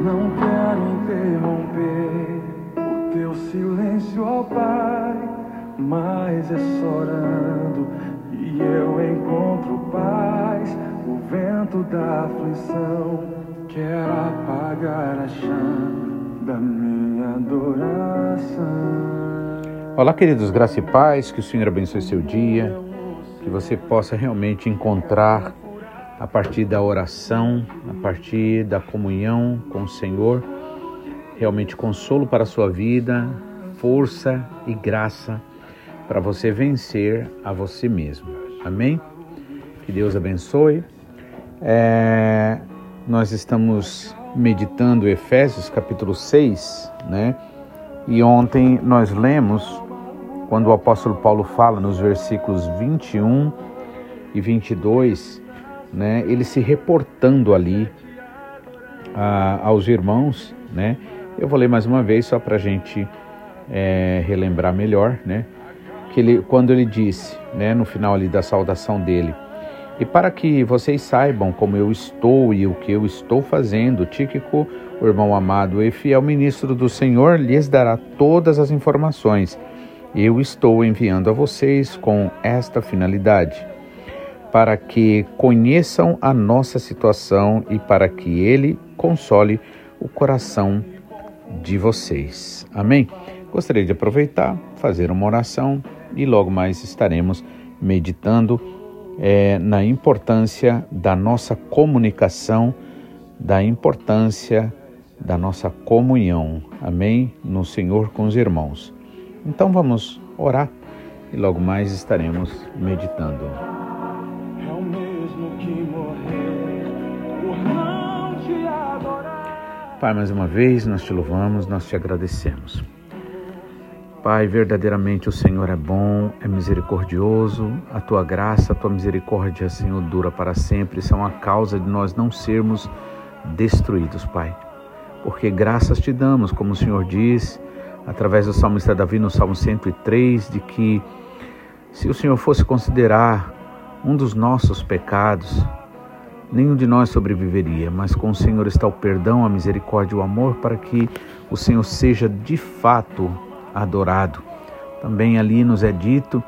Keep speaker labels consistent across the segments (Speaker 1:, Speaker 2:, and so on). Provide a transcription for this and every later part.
Speaker 1: Não quero interromper o teu silêncio, ó Pai, mas é só orando e eu encontro paz. O vento da aflição quer apagar a chama da minha adoração.
Speaker 2: Olá, queridos, graça e paz, que o Senhor abençoe seu dia, que você possa realmente encontrar a partir da oração, a partir da comunhão com o Senhor, realmente consolo para a sua vida, força e graça para você vencer a você mesmo. Amém? Que Deus abençoe. Nós estamos meditando Efésios capítulo 6, né? E ontem nós lemos, quando o apóstolo Paulo fala nos versículos 21 e 22, né? Ele se reportando ali aos irmãos, né? Eu vou ler mais uma vez só para a gente relembrar melhor, né? Quando ele disse, né, no final ali da saudação dele: e para que vocês saibam como eu estou e o que eu estou fazendo, Tíquico, o irmão amado e fiel ministro do Senhor, lhes dará todas as informações. Eu estou enviando a vocês com esta finalidade, para que conheçam a nossa situação e para que ele console o coração de vocês. Amém? Gostaria de aproveitar, fazer uma oração e logo mais estaremos meditando na importância da nossa comunicação, da importância da nossa comunhão, amém? No Senhor com os irmãos. Então vamos orar e logo mais estaremos meditando.
Speaker 1: É o mesmo que morrer por não te adorar.
Speaker 2: Pai, mais uma vez nós te louvamos, nós te agradecemos. Pai, verdadeiramente o Senhor é bom, é misericordioso, a tua graça, a tua misericórdia, Senhor, dura para sempre, são a causa de nós não sermos destruídos, Pai. Porque graças te damos, como o Senhor diz, através do salmista Davi no Salmo 103, de que se o Senhor fosse considerar um dos nossos pecados, nenhum de nós sobreviveria, mas com o Senhor está o perdão, a misericórdia e o amor para que o Senhor seja de fato adorado. Também ali nos é dito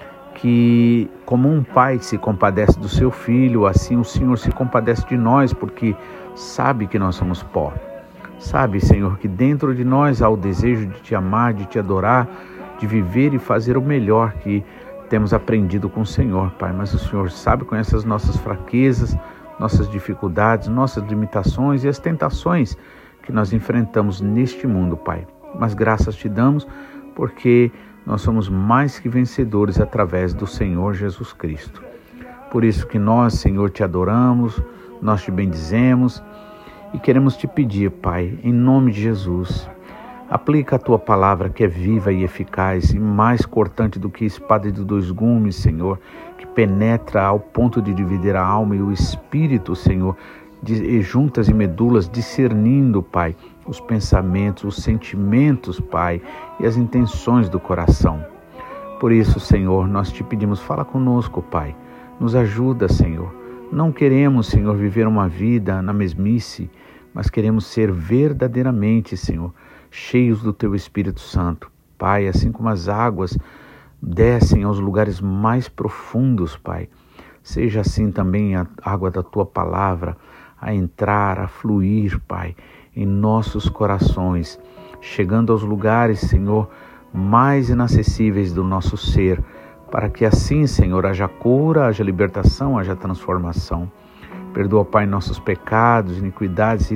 Speaker 2: que como um pai se compadece do seu filho, assim o Senhor se compadece de nós, porque sabe que nós somos pó. Sabe, Senhor, que dentro de nós há o desejo de te amar, de te adorar, de viver e fazer o melhor que temos aprendido com o Senhor, Pai. Mas o Senhor sabe, conhece as nossas fraquezas, nossas dificuldades, nossas limitações e as tentações que nós enfrentamos neste mundo, Pai. Mas graças te damos porque nós somos mais que vencedores através do Senhor Jesus Cristo. Por isso que nós, Senhor, te adoramos, nós te bendizemos e queremos te pedir, Pai, em nome de Jesus, aplica a tua palavra que é viva e eficaz e mais cortante do que espada de dois gumes, Senhor, que penetra ao ponto de dividir a alma e o espírito, Senhor, de juntas e medulas, discernindo, Pai, os pensamentos, os sentimentos, Pai, e as intenções do coração. Por isso, Senhor, nós te pedimos, fala conosco, Pai, nos ajuda, Senhor. Não queremos, Senhor, viver uma vida na mesmice, mas queremos ser verdadeiramente, Senhor, cheios do Teu Espírito Santo. Pai, assim como as águas descem aos lugares mais profundos, Pai, seja assim também a água da Tua palavra a entrar, a fluir, Pai, em nossos corações, chegando aos lugares, Senhor, mais inacessíveis do nosso ser, para que assim, Senhor, haja cura, haja libertação, haja transformação. Perdoa, Pai, nossos pecados, iniquidades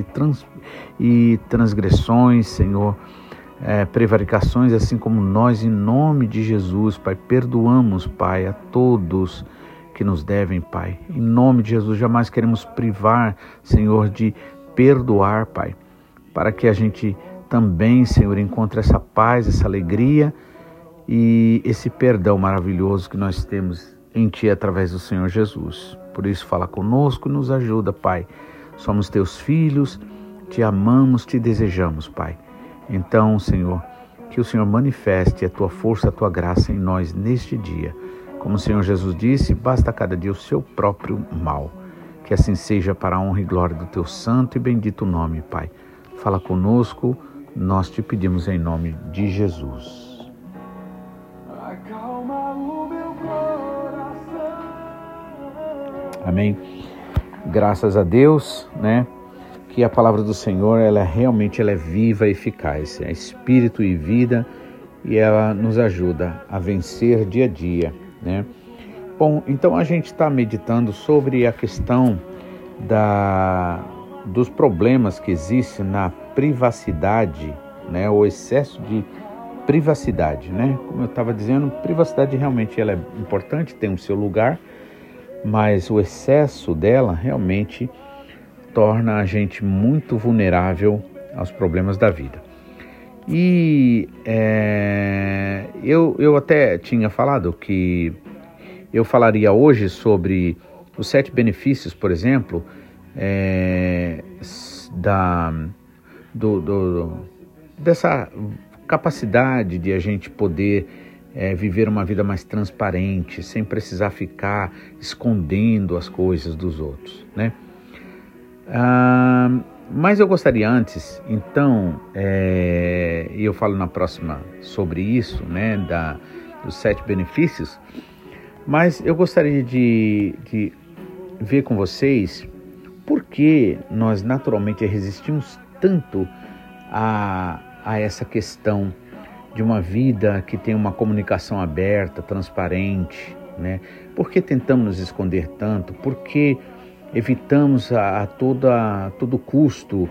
Speaker 2: e transgressões, Senhor, prevaricações, assim como nós, em nome de Jesus, Pai, perdoamos, Pai, a todos que nos devem, Pai. Em nome de Jesus, jamais queremos privar, Senhor, de perdoar, Pai, para que a gente também, Senhor, encontre essa paz, essa alegria e esse perdão maravilhoso que nós temos em Ti através do Senhor Jesus. Por isso, fala conosco e nos ajuda, Pai. Somos Teus filhos, Te amamos, Te desejamos, Pai. Então, Senhor, que o Senhor manifeste a Tua força, a Tua graça em nós neste dia. Como o Senhor Jesus disse, basta cada dia o seu próprio mal. Que assim seja para a honra e glória do Teu santo e bendito nome, Pai. Fala conosco, nós te pedimos em nome de Jesus.
Speaker 1: Acalma o meu coração.
Speaker 2: Amém. Graças a Deus, né? Que a palavra do Senhor, ela é viva e eficaz. É espírito e vida e ela nos ajuda a vencer dia a dia, né? Bom, então a gente está meditando sobre a questão dos problemas que existem na privacidade, né? O excesso de privacidade, né? Como eu estava dizendo, privacidade realmente ela é importante, tem o seu lugar, mas o excesso dela realmente torna a gente muito vulnerável aos problemas da vida. E eu até tinha falado que eu falaria hoje sobre os 7 benefícios, por exemplo, dessa capacidade de a gente poder viver uma vida mais transparente, sem precisar ficar escondendo as coisas dos outros, né? Mas eu gostaria antes, então, e eu falo na próxima sobre isso, né, dos 7 benefícios, mas eu gostaria de ver com vocês por que nós naturalmente resistimos tanto a essa questão de uma vida que tem uma comunicação aberta, transparente, né? Por que tentamos nos esconder tanto? Por que evitamos a todo custo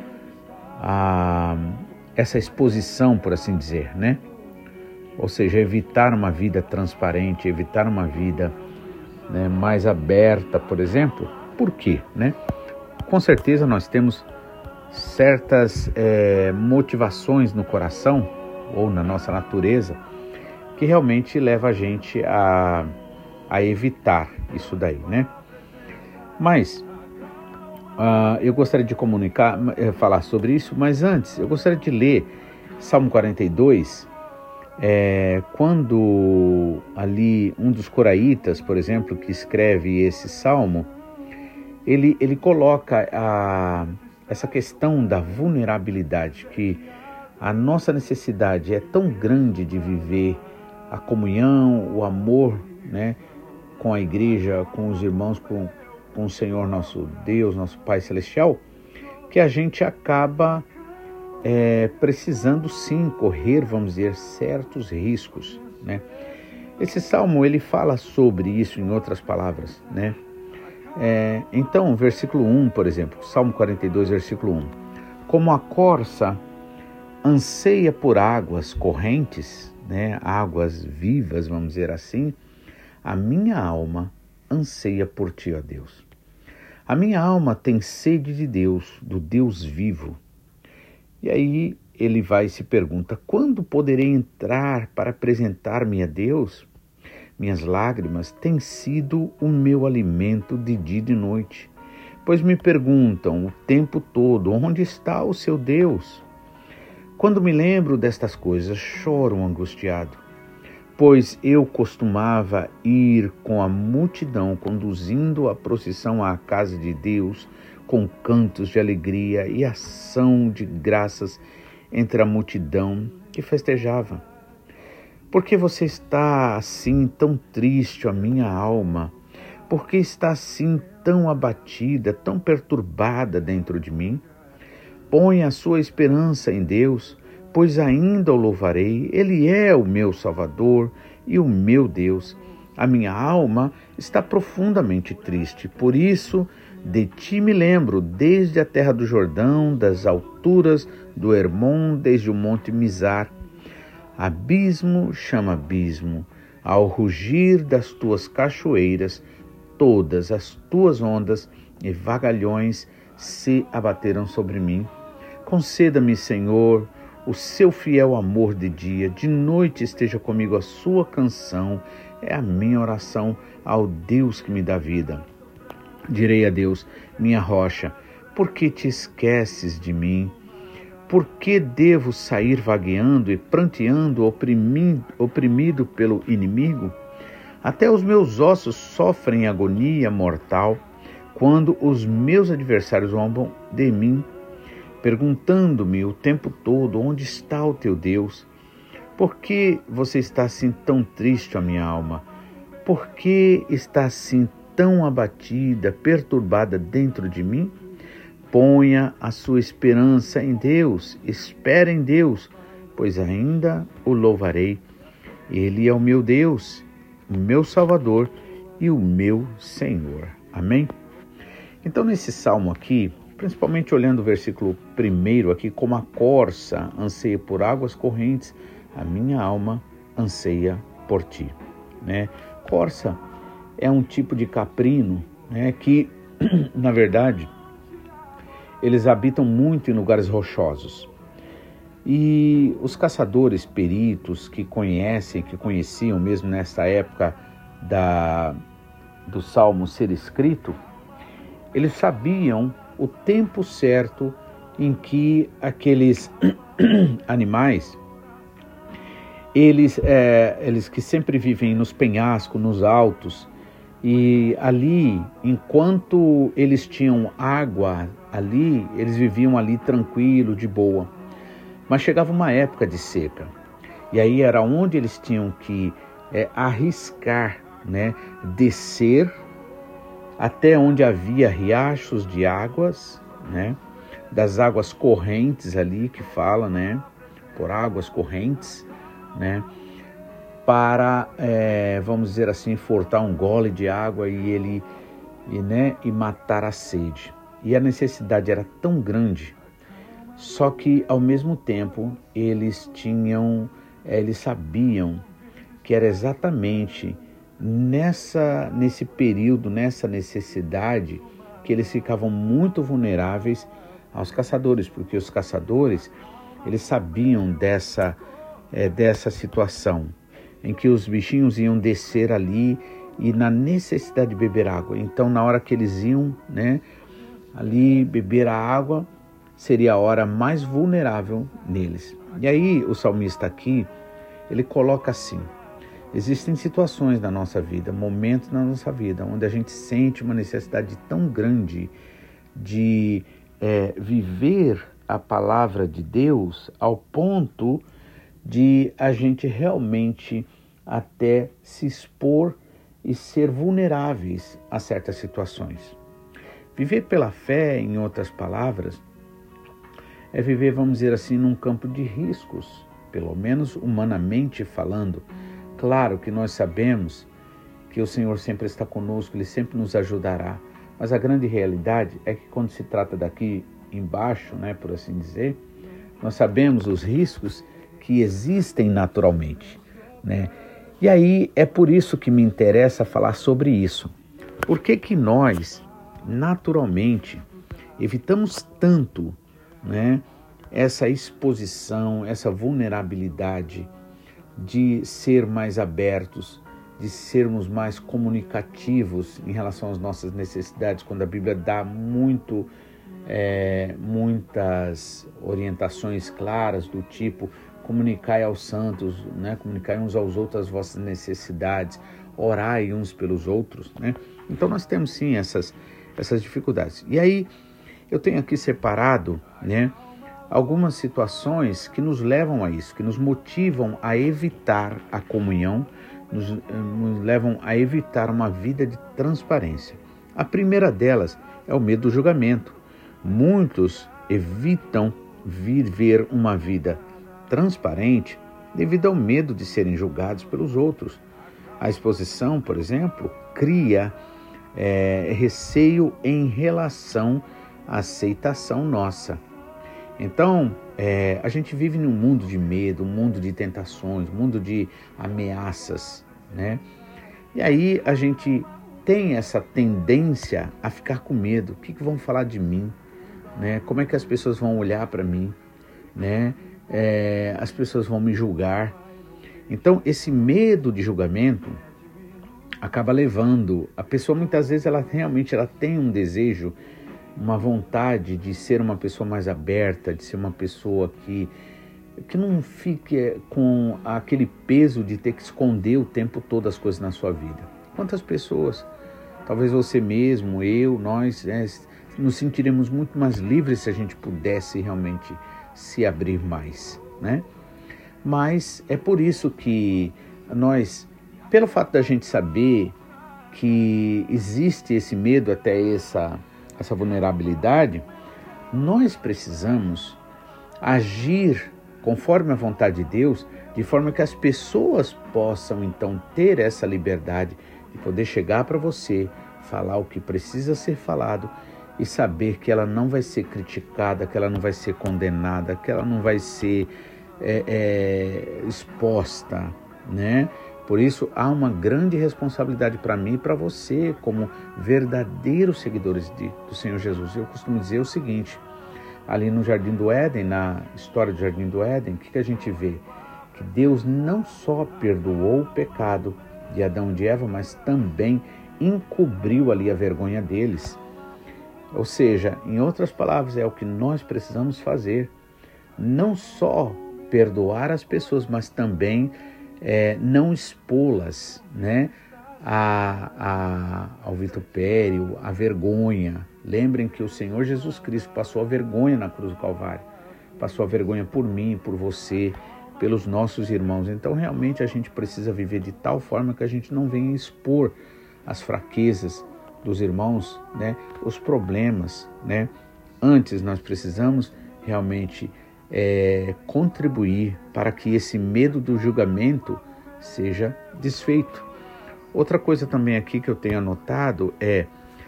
Speaker 2: essa exposição, por assim dizer, né? Ou seja, evitar uma vida transparente, evitar uma vida, né, mais aberta, por exemplo. Por quê, né? Com certeza nós temos certas motivações no coração ou na nossa natureza que realmente leva a gente a evitar isso daí, né? Mas eu gostaria de falar sobre isso, mas antes eu gostaria de ler Salmo 42, quando ali um dos coraitas, por exemplo, que escreve esse salmo, ele coloca essa questão da vulnerabilidade, que a nossa necessidade é tão grande de viver a comunhão, o amor, né, com a igreja, com os irmãos, com o Senhor nosso Deus, nosso Pai Celestial, que a gente acaba precisando sim correr, vamos dizer, certos riscos, né? Esse salmo, ele fala sobre isso em outras palavras, né? Então, versículo 1, por exemplo, Salmo 42, versículo 1. Como a corça anseia por águas correntes, né? Águas vivas, vamos dizer assim, a minha alma anseia por ti, ó Deus. A minha alma tem sede de Deus, do Deus vivo. E aí ele vai e se pergunta, quando poderei entrar para apresentar-me a Deus? Minhas lágrimas têm sido o meu alimento de dia e de noite, pois me perguntam o tempo todo, onde está o seu Deus? Quando me lembro destas coisas, choro angustiado, pois eu costumava ir com a multidão, conduzindo a procissão à casa de Deus, com cantos de alegria e ação de graças entre a multidão que festejava. Por que você está assim tão triste, a minha alma? Por que está assim tão abatida, tão perturbada dentro de mim? Põe a sua esperança em Deus, pois ainda o louvarei. Ele é o meu Salvador e o meu Deus. A minha alma está profundamente triste, por isso de ti me lembro, desde a terra do Jordão, das alturas do Hermon, desde o monte Mizar. Abismo chama abismo, ao rugir das tuas cachoeiras, todas as tuas ondas e vagalhões se abateram sobre mim. Conceda-me, Senhor, o seu fiel amor de dia, de noite esteja comigo a sua canção, é a minha oração ao Deus que me dá vida. Direi a Deus, minha rocha, por que te esqueces de mim? Por que devo sair vagueando e pranteando, oprimido pelo inimigo? Até os meus ossos sofrem agonia mortal, quando os meus adversários zombam de mim. perguntando-me o tempo todo: onde está o teu Deus? Por que você está assim tão triste, a minha alma? Por que está assim tão abatida, perturbada dentro de mim? Ponha a sua esperança em Deus, espere em Deus, pois ainda o louvarei. Ele é o meu Deus, o meu Salvador e o meu Senhor. Amém? Então, nesse salmo aqui, principalmente olhando o versículo 1 aqui, como a corça anseia por águas correntes, a minha alma anseia por ti. Né? Corça é um tipo de caprino, né, que, na verdade, eles habitam muito em lugares rochosos. E os caçadores peritos que conheciam mesmo nessa época do Salmo ser escrito, eles sabiam o tempo certo em que aqueles animais, eles que sempre vivem nos penhascos, nos altos, e ali, enquanto eles tinham água ali, eles viviam ali tranquilo, de boa. Mas chegava uma época de seca, e aí era onde eles tinham que arriscar, né, descer até onde havia riachos de águas, né, das águas correntes ali que fala, né, por águas correntes, né, para, vamos dizer assim, furtar um gole de água e matar a sede. E a necessidade era tão grande, só que ao mesmo tempo eles sabiam que era exatamente nesse período, nessa necessidade, que eles ficavam muito vulneráveis aos caçadores, porque os caçadores, eles sabiam dessa situação, em que os bichinhos iam descer ali e na necessidade de beber água. Então, na hora que eles iam, né, ali beber a água, seria a hora mais vulnerável neles. E aí, o salmista aqui, ele coloca assim: existem situações na nossa vida, momentos na nossa vida, onde a gente sente uma necessidade tão grande de viver a palavra de Deus, ao ponto de a gente realmente até se expor e ser vulneráveis a certas situações. Viver pela fé, em outras palavras, é viver, vamos dizer assim, num campo de riscos, pelo menos humanamente falando. Claro que nós sabemos que o Senhor sempre está conosco, Ele sempre nos ajudará, mas a grande realidade é que quando se trata daqui embaixo, né, por assim dizer, nós sabemos os riscos que existem naturalmente, né? E aí é por isso que me interessa falar sobre isso. Por que nós, naturalmente, evitamos tanto, né, essa exposição, essa vulnerabilidade de ser mais abertos, de sermos mais comunicativos em relação às nossas necessidades, quando a Bíblia dá muitas orientações claras do tipo: comunicai aos santos, né? Comunicai uns aos outros as vossas necessidades, orai uns pelos outros, né? Então nós temos sim essas dificuldades. E aí eu tenho aqui separado, né, algumas situações que nos levam a isso, que nos motivam a evitar a comunhão, nos levam a evitar uma vida de transparência. A primeira delas é o medo do julgamento. Muitos evitam viver uma vida transparente devido ao medo de serem julgados pelos outros. A exposição, por exemplo, cria receio em relação à aceitação nossa. Então, a gente vive num mundo de medo, um mundo de tentações, um mundo de ameaças, né? E aí a gente tem essa tendência a ficar com medo. O que vão falar de mim? Né? Como é que as pessoas vão olhar para mim? Né? As pessoas vão me julgar. Então, esse medo de julgamento acaba levando a pessoa, muitas vezes, ela tem um desejo, uma vontade de ser uma pessoa mais aberta, de ser uma pessoa que não fique com aquele peso de ter que esconder o tempo todo as coisas na sua vida. Quantas pessoas, talvez você mesmo, nós, nos sentiremos muito mais livres se a gente pudesse realmente se abrir mais, né? Mas é por isso que nós, pelo fato da gente saber que existe esse medo, até essa vulnerabilidade, nós precisamos agir conforme a vontade de Deus, de forma que as pessoas possam então ter essa liberdade de poder chegar para você, falar o que precisa ser falado e saber que ela não vai ser criticada, que ela não vai ser condenada, que ela não vai ser exposta, né? Por isso há uma grande responsabilidade para mim e para você, como verdadeiros seguidores do Senhor Jesus. Eu costumo dizer o seguinte: ali no Jardim do Éden, na história do Jardim do Éden, o que a gente vê? Que Deus não só perdoou o pecado de Adão e de Eva, mas também encobriu ali a vergonha deles. Ou seja, em outras palavras, é o que nós precisamos fazer. Não só perdoar as pessoas, mas também não expô-las, né, ao vitupério, à vergonha. Lembrem que o Senhor Jesus Cristo passou a vergonha na cruz do Calvário, passou a vergonha por mim, por você, pelos nossos irmãos. Então realmente a gente precisa viver de tal forma que a gente não venha expor as fraquezas dos irmãos, né, os problemas, né. Antes nós precisamos realmente contribuir para que esse medo do julgamento seja desfeito. Outra coisa também aqui que eu tenho anotado é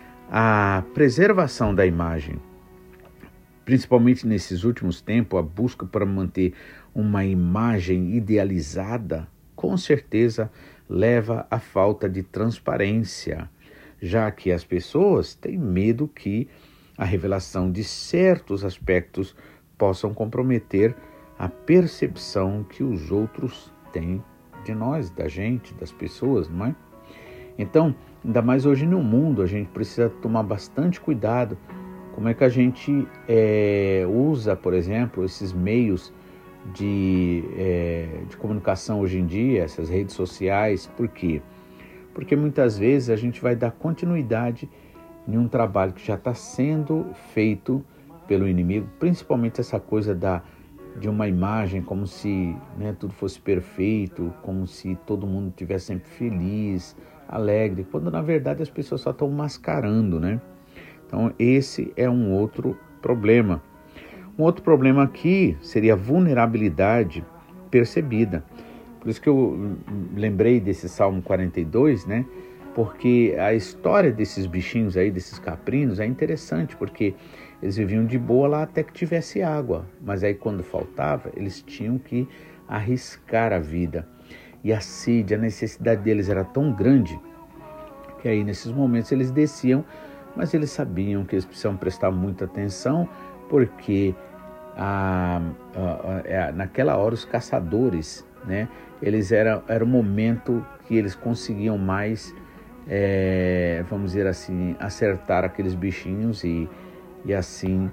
Speaker 2: a preservação da imagem. Principalmente nesses últimos tempos, a busca para manter uma imagem idealizada, com certeza leva à falta de transparência, já que as pessoas têm medo que a revelação de certos aspectos possam comprometer a percepção que os outros têm de nós, da gente, das pessoas, não é? Então, ainda mais hoje no mundo, a gente precisa tomar bastante cuidado como é que a gente usa, por exemplo, esses meios de comunicação hoje em dia, essas redes sociais. Por quê? Porque muitas vezes a gente vai dar continuidade em um trabalho que já está sendo feito pelo inimigo, principalmente essa coisa de uma imagem como se, né, tudo fosse perfeito, como se todo mundo estivesse sempre feliz, alegre, quando na verdade as pessoas só estão mascarando, né? Então esse é um outro problema. Um outro problema aqui seria a vulnerabilidade percebida. Por isso que eu lembrei desse Salmo 42, né? Porque a história desses bichinhos aí, desses caprinos, é interessante, porque eles viviam de boa lá até que tivesse água. Mas aí quando faltava, eles tinham que arriscar a vida. E a sede, a necessidade deles era tão grande, que aí nesses momentos eles desciam, mas eles sabiam que eles precisavam prestar muita atenção, porque naquela hora os caçadores, né, eles era o momento que eles conseguiam mais, vamos dizer assim, acertar aqueles bichinhos e assim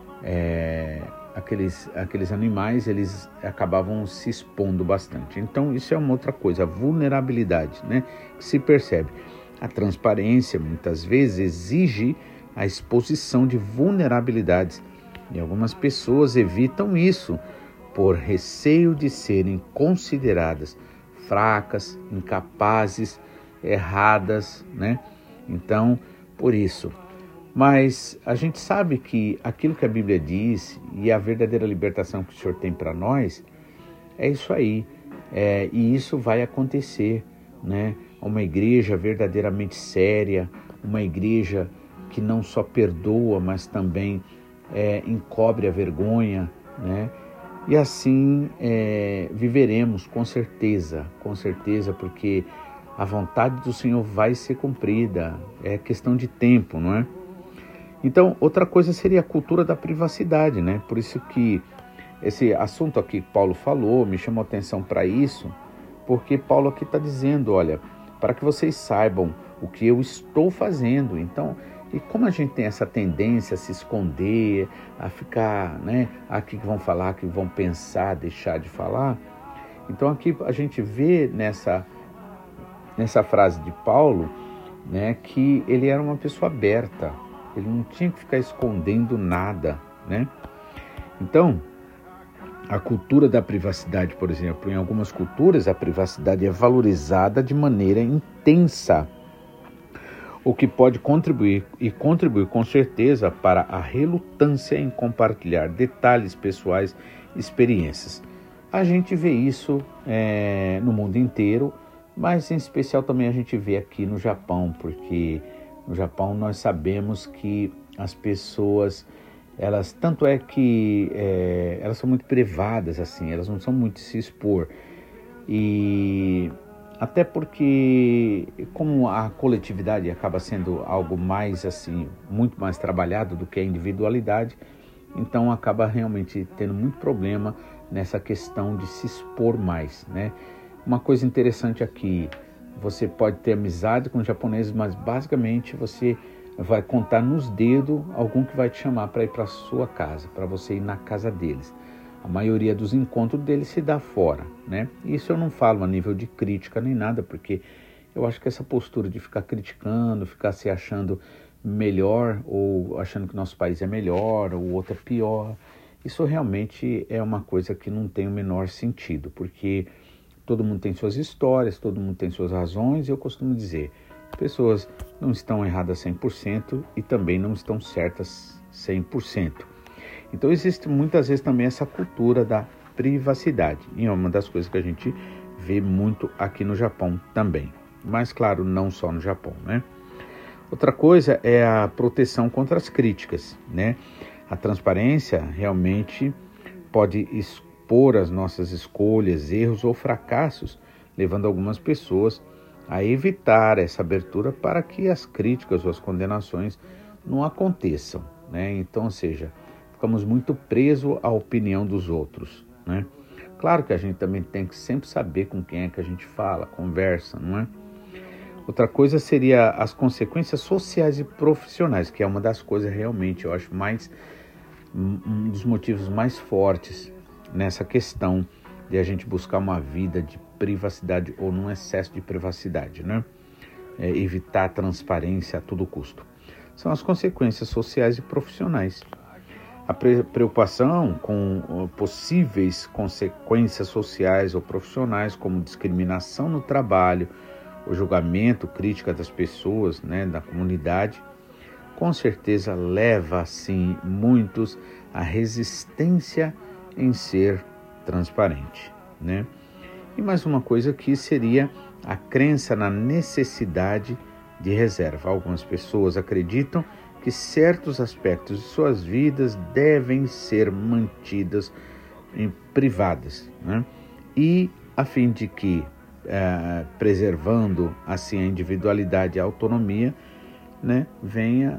Speaker 2: aqueles animais, eles acabavam se expondo bastante. Então isso é uma outra coisa, a vulnerabilidade, né, que se percebe. A transparência muitas vezes exige a exposição de vulnerabilidades, e algumas pessoas evitam isso por receio de serem consideradas fracas, incapazes, erradas, né? Então, por isso. Mas a gente sabe que aquilo que a Bíblia diz e a verdadeira libertação que o Senhor tem para nós é isso aí. E isso vai acontecer, né? Uma igreja verdadeiramente séria, uma igreja que não só perdoa, mas também encobre a vergonha, né? E assim viveremos com certeza, porque a vontade do Senhor vai ser cumprida, é questão de tempo, não é? Então, outra coisa seria a cultura da privacidade, né? Por isso que esse assunto aqui que Paulo falou me chamou a atenção para isso, porque Paulo aqui está dizendo, olha, para que vocês saibam o que eu estou fazendo. Então, e como a gente tem essa tendência a se esconder, a ficar, né, aqui que vão falar, que vão pensar, deixar de falar. Então aqui a gente vê nessa frase de Paulo, né, que ele era uma pessoa aberta, ele não tinha que ficar escondendo nada, né? Então, a cultura da privacidade, por exemplo, em algumas culturas a privacidade é valorizada de maneira intensa, o que pode contribuir com certeza para a relutância em compartilhar detalhes pessoais e experiências. A gente vê isso no mundo inteiro, mas em especial também a gente vê aqui no Japão, porque no Japão nós sabemos que as pessoas, elas são muito privadas, assim, elas não são muito de se expor. E até porque, como a coletividade acaba sendo algo mais assim, muito mais trabalhado do que a individualidade, então acaba realmente tendo muito problema nessa questão de se expor mais, né? Uma coisa interessante aqui, você pode ter amizade com os japoneses, mas basicamente você vai contar nos dedos algum que vai te chamar para ir para a sua casa, para você ir na casa deles. A maioria dos encontros deles se dá fora, né? Isso eu não falo a nível de crítica nem nada, porque eu acho que essa postura de ficar criticando, ficar se achando melhor ou achando que nosso país é melhor ou o outro é pior, isso realmente é uma coisa que não tem o menor sentido, porque todo mundo tem suas histórias, todo mundo tem suas razões, e eu costumo dizer, pessoas não estão erradas 100% e também não estão certas 100%. Então existe muitas vezes também essa cultura da privacidade, e é uma das coisas que a gente vê muito aqui no Japão também. Mas claro, não só no Japão, né? Outra coisa é a proteção contra as críticas, né? A transparência realmente pode expor as nossas escolhas, erros ou fracassos, levando algumas pessoas a evitar essa abertura para que as críticas ou as condenações não aconteçam, né? Então, ou seja, ficamos muito presos à opinião dos outros, né? Claro que a gente também tem que sempre saber com quem é que a gente fala, conversa, não é? Outra coisa seria as consequências sociais e profissionais, que é uma das coisas realmente, eu acho, um dos motivos mais fortes nessa questão de a gente buscar uma vida de privacidade ou num excesso de privacidade, né? Evitar a transparência a todo custo. São as consequências sociais e profissionais. A preocupação com possíveis consequências sociais ou profissionais, como discriminação no trabalho, o julgamento, crítica das pessoas, né, da comunidade, com certeza leva, assim, muitos à resistência em ser transparente, né? E mais uma coisa aqui seria a crença na necessidade de reserva. Algumas pessoas acreditam que certos aspectos de suas vidas devem ser mantidas privadas, né? E a fim de que, preservando assim a individualidade e a autonomia, né, venha,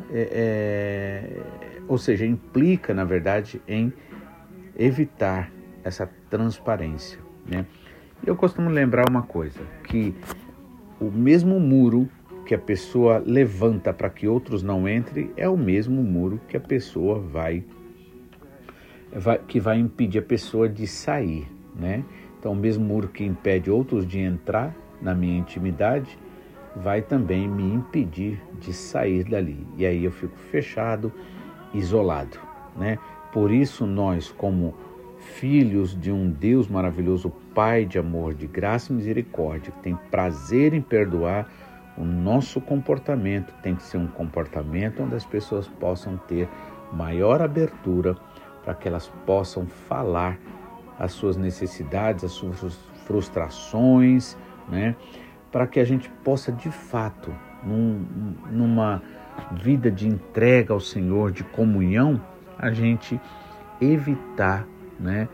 Speaker 2: ou seja, implica na verdade em evitar essa transparência, né? Eu costumo lembrar uma coisa, que o mesmo muro que a pessoa levanta para que outros não entrem é o mesmo muro que a pessoa vai impedir a pessoa de sair, né? Então, o mesmo muro que impede outros de entrar na minha intimidade vai também me impedir de sair dali. E aí eu fico fechado, isolado, né? Por isso nós, como filhos de um Deus maravilhoso, Pai de amor, de graça e misericórdia, que tem prazer em perdoar, o nosso comportamento tem que ser um comportamento onde as pessoas possam ter maior abertura para que elas possam falar as suas necessidades, as suas frustrações, né? Para que a gente possa, de fato, numa vida de entrega ao Senhor, de comunhão, a gente evitar, né?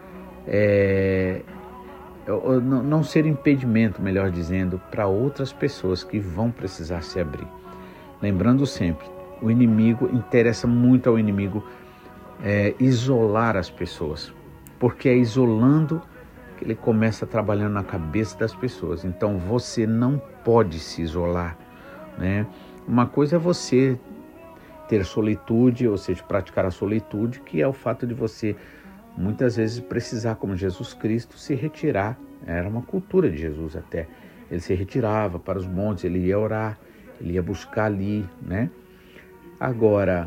Speaker 2: Não ser impedimento, melhor dizendo, para outras pessoas que vão precisar se abrir. Lembrando sempre, o inimigo, interessa muito ao inimigo isolar as pessoas, porque é isolando que ele começa trabalhando na cabeça das pessoas. Então você não pode se isolar, né? Uma coisa é você ter solitude, ou seja, praticar a solitude, que é o fato de você muitas vezes precisar, como Jesus Cristo, se retirar. Era uma cultura de Jesus até. Ele se retirava para os montes, ele ia orar, ele ia buscar ali, né? Agora,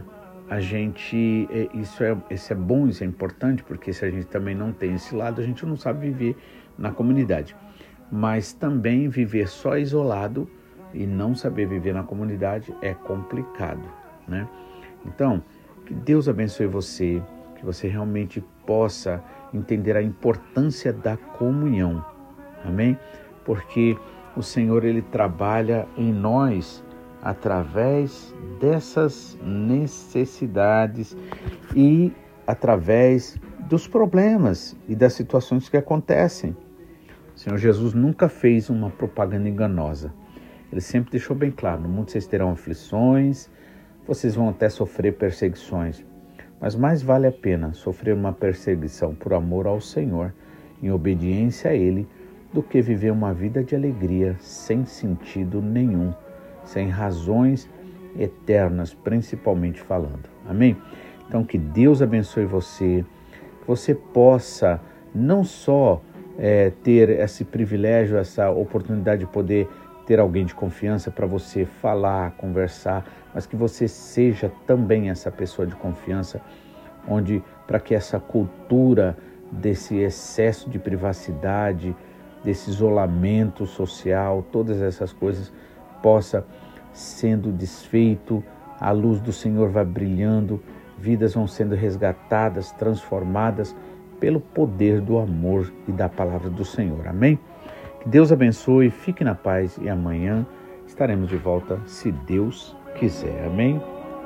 Speaker 2: isso é bom, isso é importante, porque se a gente também não tem esse lado, a gente não sabe viver na comunidade. Mas também viver só isolado e não saber viver na comunidade é complicado, né? Então, que Deus abençoe você, que você realmente possa entender a importância da comunhão, amém? Porque o Senhor, Ele trabalha em nós através dessas necessidades e através dos problemas e das situações que acontecem. O Senhor Jesus nunca fez uma propaganda enganosa. Ele sempre deixou bem claro: no mundo vocês terão aflições, vocês vão até sofrer perseguições, mas mais vale a pena sofrer uma perseguição por amor ao Senhor, em obediência a Ele, do que viver uma vida de alegria sem sentido nenhum, sem razões eternas, principalmente falando. Amém? Então, que Deus abençoe você, que você possa não só ter esse privilégio, essa oportunidade de poder ter alguém de confiança para você falar, conversar, mas que você seja também essa pessoa de confiança, onde para que essa cultura desse excesso de privacidade, desse isolamento social, todas essas coisas possa sendo desfeito, a luz do Senhor vai brilhando, vidas vão sendo resgatadas, transformadas pelo poder do amor e da palavra do Senhor. Amém? Que Deus abençoe, fique na paz e amanhã estaremos de volta, se Deus quiser. Amém?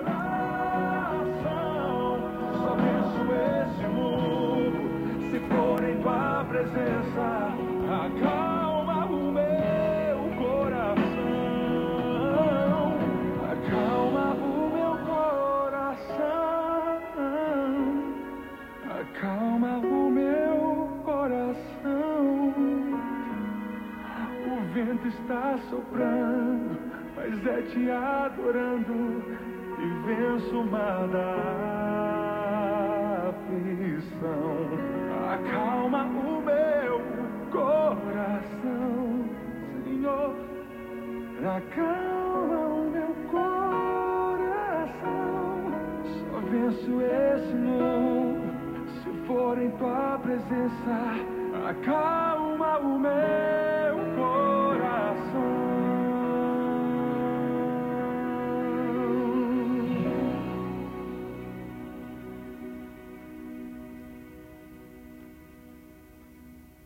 Speaker 1: Se for em tua presença, acalma o meu coração, acalma o meu coração, acalma o meu coração. O vento está soprando, mas é te adorando e venço o mar da aflição. Acalma o meu coração, Senhor. Acalma o meu coração. Só venço esse mundo se for em tua presença. Acalma o meu